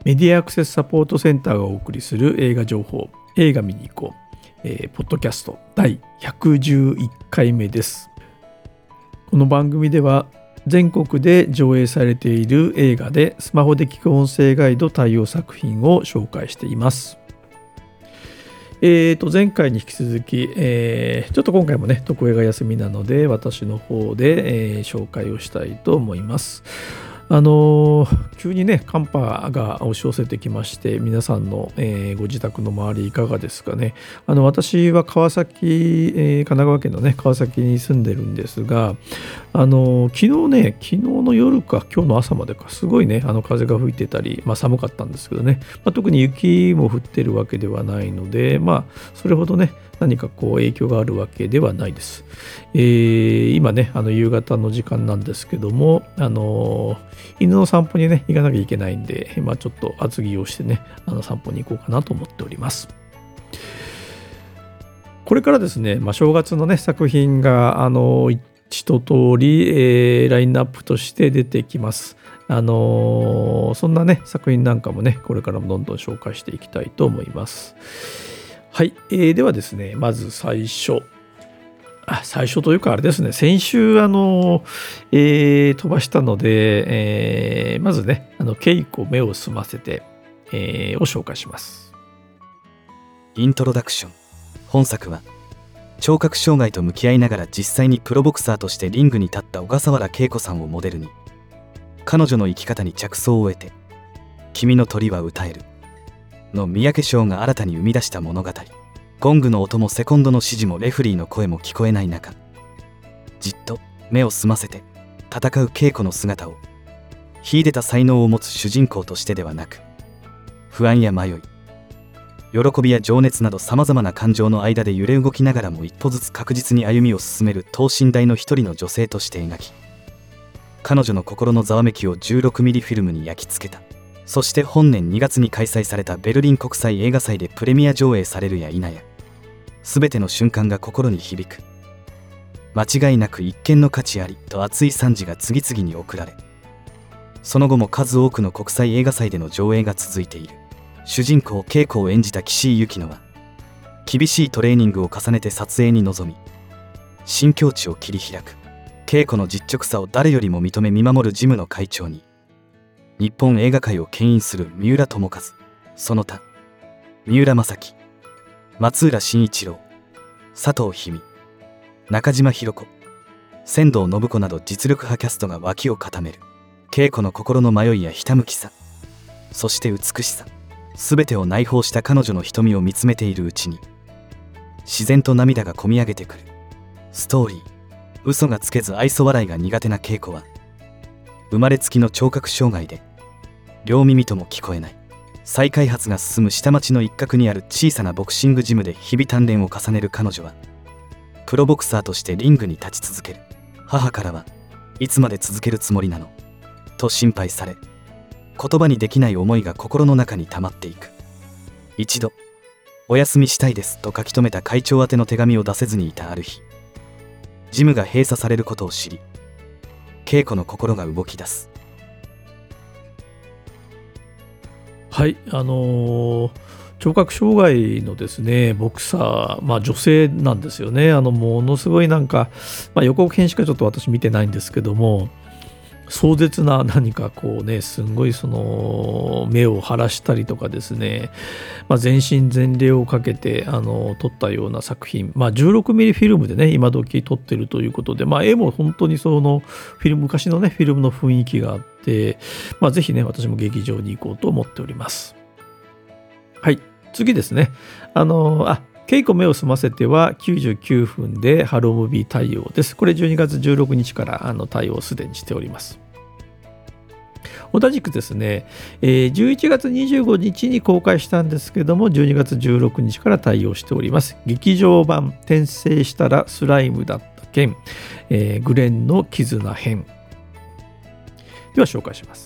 メディアアクセスサポートセンターがお送りする映画情報、映画見に行こう、ポッドキャスト第111回目です。この番組では全国で上映されている映画でスマホで聞く音声ガイド対応作品を紹介しています。前回に引き続き、ちょっと今回もね特映が休みなので私の方で、紹介をしたいと思います。急にね寒波が押し寄せてきまして、皆さんの、ご自宅の周りいかがですかね。私は川崎、神奈川県のね川崎に住んでるんですが、昨日の夜か今日の朝までかすごいね風が吹いてたり、寒かったんですけどね、特に雪も降ってるわけではないので、それほどね何か影響があるわけではないです。今ね夕方の時間なんですけども、犬の散歩にね行かなきゃいけないんで、ちょっと厚着をしてね散歩に行こうかなと思っております。これからですね、正月のね作品が一通り、ラインナップとして出てきます。そんなね作品なんかもねこれからもどんどん紹介していきたいと思います。はい、ではですね、まず最初というかあれですね、先週飛ばしたので、まずね稽古目を澄ませて、を紹介します。 イントロダクション。本作は聴覚障害と向き合いながら実際にプロボクサーとしてリングに立った小笠原恵子さんをモデルに、彼女の生き方に着想を得て君の鳥は歌えるの三宅翔が新たに生み出した物語。ゴングの音もセコンドの指示もレフリーの声も聞こえない中、じっと目を澄ませて戦う恵子の姿を、秀でた才能を持つ主人公としてではなく、不安や迷い、喜びや情熱などさまざまな感情の間で揺れ動きながらも一歩ずつ確実に歩みを進める等身大の一人の女性として描き、彼女の心のざわめきを16ミリフィルムに焼き付けた。そして本年2月に開催されたベルリン国際映画祭でプレミア上映されるや否や、すべての瞬間が心に響く。間違いなく一見の価値ありと熱い賛辞が次々に贈られ、その後も数多くの国際映画祭での上映が続いている。主人公恵子を演じた岸井ゆきのは、厳しいトレーニングを重ねて撮影に臨み、新境地を切り開く。恵子の実直さを誰よりも認め見守るジムの会長に、日本映画界を牽引する三浦友和、その他三浦正樹、松浦慎一郎、佐藤氷見、中島ひろ子、仙道信子など実力派キャストが脇を固める。恵子の心の迷いやひたむきさ、そして美しさ、すべてを内包した彼女の瞳を見つめているうちに、自然と涙がこみ上げてくる。ストーリー。嘘がつけず愛想笑いが苦手な恵子は、生まれつきの聴覚障害で両耳とも聞こえない。再開発が進む下町の一角にある小さなボクシングジムで日々鍛錬を重ねる彼女は、プロボクサーとしてリングに立ち続ける。母からはいつまで続けるつもりなのと心配され、言葉にできない思いが心の中に溜まっていく。一度お休みしたいですと書き留めた会長宛ての手紙を出せずにいたある日、ジムが閉鎖されることを知り、恵子の心が動き出す。 はい、聴覚障害のですねボクサー、女性なんですよね。ものすごい予告編しかちょっと私見てないんですけども、壮絶な何かすんごい目を晴らしたりとかですね、全身全霊をかけて撮ったような作品、16ミリフィルムでね今時撮ってるということで、絵も本当に昔のねフィルムの雰囲気があって、ぜひね私も劇場に行こうと思っております。はい、次ですね。稽古目を澄ませては99分でハロームービー対応です。これ12月16日から対応すでにしております。同じくですね、11月25日に公開したんですけども、12月16日から対応しております。劇場版転生したらスライムだった件、グレンの絆編では紹介します。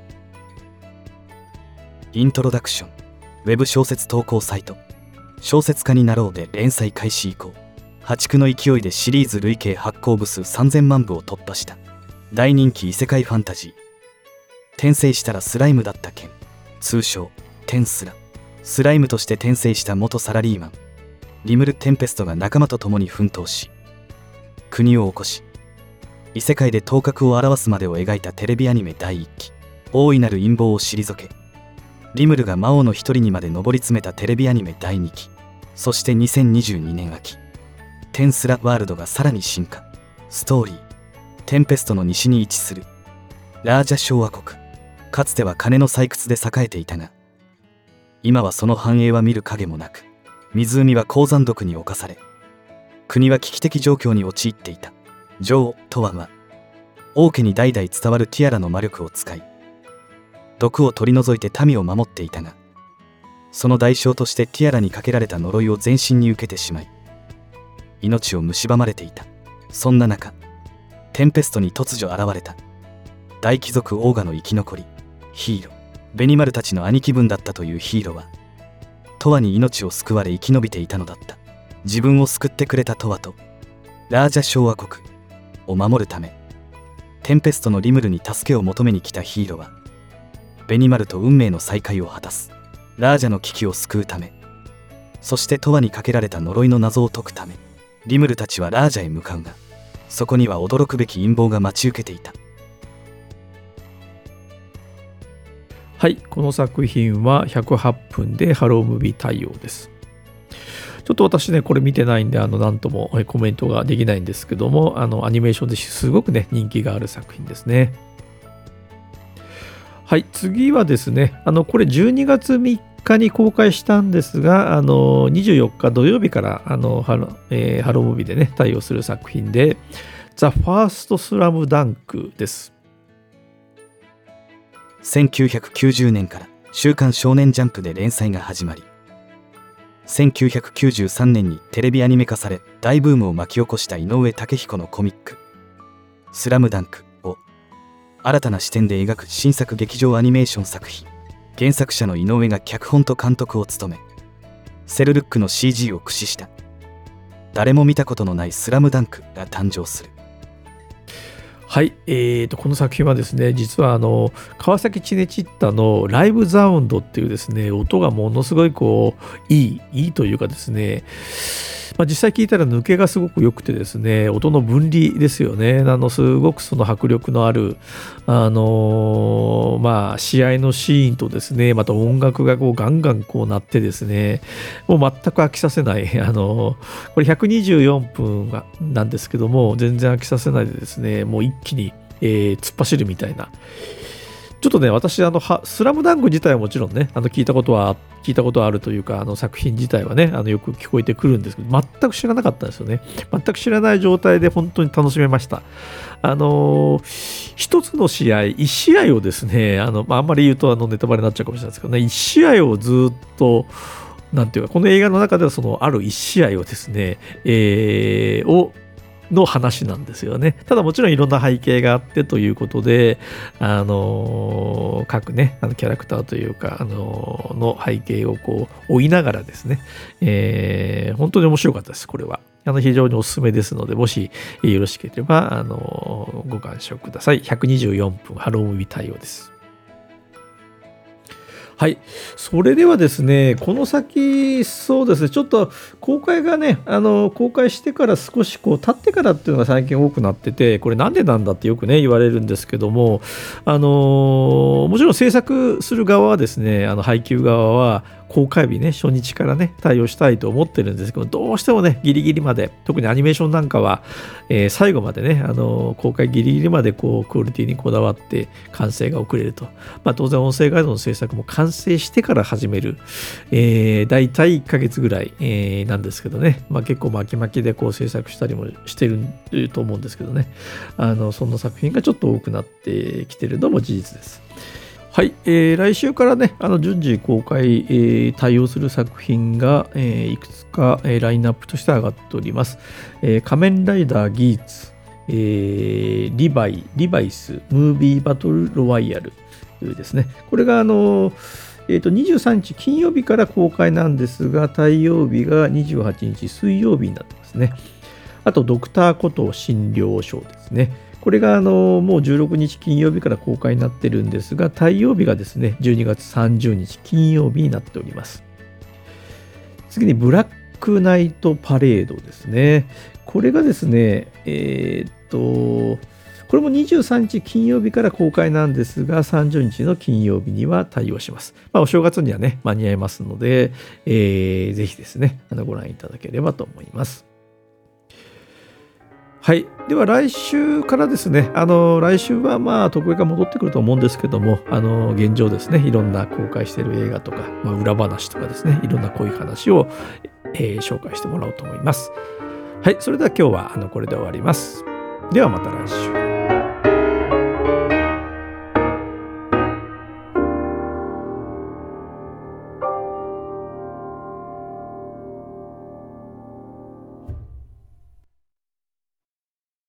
イントロダクション。ウェブ小説投稿サイト小説家になろうで連載開始以降、破竹の勢いでシリーズ累計発行部数3000万部を突破した大人気異世界ファンタジー、転生したらスライムだった件。 通称テンスラ。スライムとして転生した元サラリーマンリムル・テンペストが仲間と共に奮闘し、国を起こし異世界で頭角を現すまでを描いたテレビアニメ第1期、大いなる陰謀を退けリムルが魔王の一人にまで上り詰めたテレビアニメ第2期、そして2022年秋、テンスラワールドがさらに進化。ストーリー、テンペストの西に位置するラージャ小和国、かつては金の採掘で栄えていたが、今はその繁栄は見る影もなく、湖は鉱山毒に侵され、国は危機的状況に陥っていた。女王トワは王家に代々伝わるティアラの魔力を使い、毒を取り除いて民を守っていたが、その代償としてティアラにかけられた呪いを全身に受けてしまい、命を蝕まれていた。そんな中、テンペストに突如現れた大貴族オーガの生き残りヒーロー、ベニマルたちの兄貴分だったというヒーローはトワに命を救われ生き延びていたのだった。自分を救ってくれたトワとラージャ小和国を守るため、テンペストのリムルに助けを求めに来たヒーローはベニマルと運命の再会を果たす。ラージャの危機を救うため、そしてトワにかけられた呪いの謎を解くため、リムルたちはラージャへ向かうが、そこには驚くべき陰謀が待ち受けていた。 はい、この作品は108分でハロームービー対応です。ちょっと私ねこれ見てないんで何ともコメントができないんですけども、アニメーションですごくね人気がある作品ですね。はい、次はですねこれ12月3日に公開したんですが、24日土曜日からハロームービーでね対応する作品でザ・ファーストスラムダンクです。 1990年から週刊少年ジャンプで連載が始まり、1993年にテレビアニメ化され大ブームを巻き起こした井上武彦のコミックスラムダンクを新たな視点で描く新作劇場アニメーション作品。原作者の井上が脚本と監督を務め、セルルックの CG を駆使した誰も見たことのないスラムダンクが誕生する。 はい、この作品はですね、実は川崎チネチッタのライブザウンドっていうですね、音がものすごいいいというかですね、実際聞いたら抜けがすごく良くてですね、音の分離ですよね。すごくその迫力のある試合のシーンとですね、また音楽がガンガン鳴ってですね、もう全く飽きさせないこれ124分なんですけども、全然飽きさせないでですね、もう一気に、突っ走るみたいな。ちょっとね、私スラムダンク自体はもちろんね聞いたことはあるというか、作品自体はねよく聞こえてくるんですけど、全く知らなかったんですよね。全く知らない状態で本当に楽しめました。一つの試合1試合をですね、あんまり言うとネタバレになっちゃうかもしれないですけどね、1試合をずっとなんていうか、この映画の中ではある1試合をですね、の話なんですよね。ただもちろんいろんな背景があってということで、各ねキャラクターというかの背景を追いながらですね、本当に面白かったです。これは非常におすすめですので、もしよろしければご鑑賞ください。124分ハロームービー対応です。はい、それではですね、この先、そうですね、ちょっと公開がね、公開してから少し経ってからっていうのが最近多くなってて、これなんでなんだってよくね、言われるんですけども、もちろん制作する側はですね、配給側は、公開日ね、初日からね、対応したいと思ってるんですけど、どうしてもね、ギリギリまで、特にアニメーションなんかは、最後までね、公開ギリギリまでクオリティにこだわって完成が遅れると。当然音声ガイドの制作も完成してから始める、だいたい1ヶ月ぐらい、なんですけどね、結構巻き巻きで制作したりもしてると思うんですけどね、そんな作品がちょっと多くなってきてるのも事実です。はい、来週からね順次公開、対応する作品が、いくつか、ラインナップとして上がっております。仮面ライダーギーツ、リバイスムービーバトルロワイヤルですね。これが23日金曜日から公開なんですが、対応日が28日水曜日になってますね。あとドクターコトー診療所ですね。 これがもう16日金曜日から公開になってるんですが、対応日がですね、12月30日金曜日になっております。次にブラックナイトパレードですね。これがですね、これも23日金曜日から公開なんですが、30日の金曜日には対応します。お正月にはね、間に合いますので、ぜひですね、ご覧いただければと思います。はい。では来週からですね、来週は特映が戻ってくると思うんですけども、現状ですね、いろんな公開している映画とか、裏話とかですね、いろんなこういう話を、紹介してもらおうと思います。はい。それでは今日はこれで終わります。ではまた来週。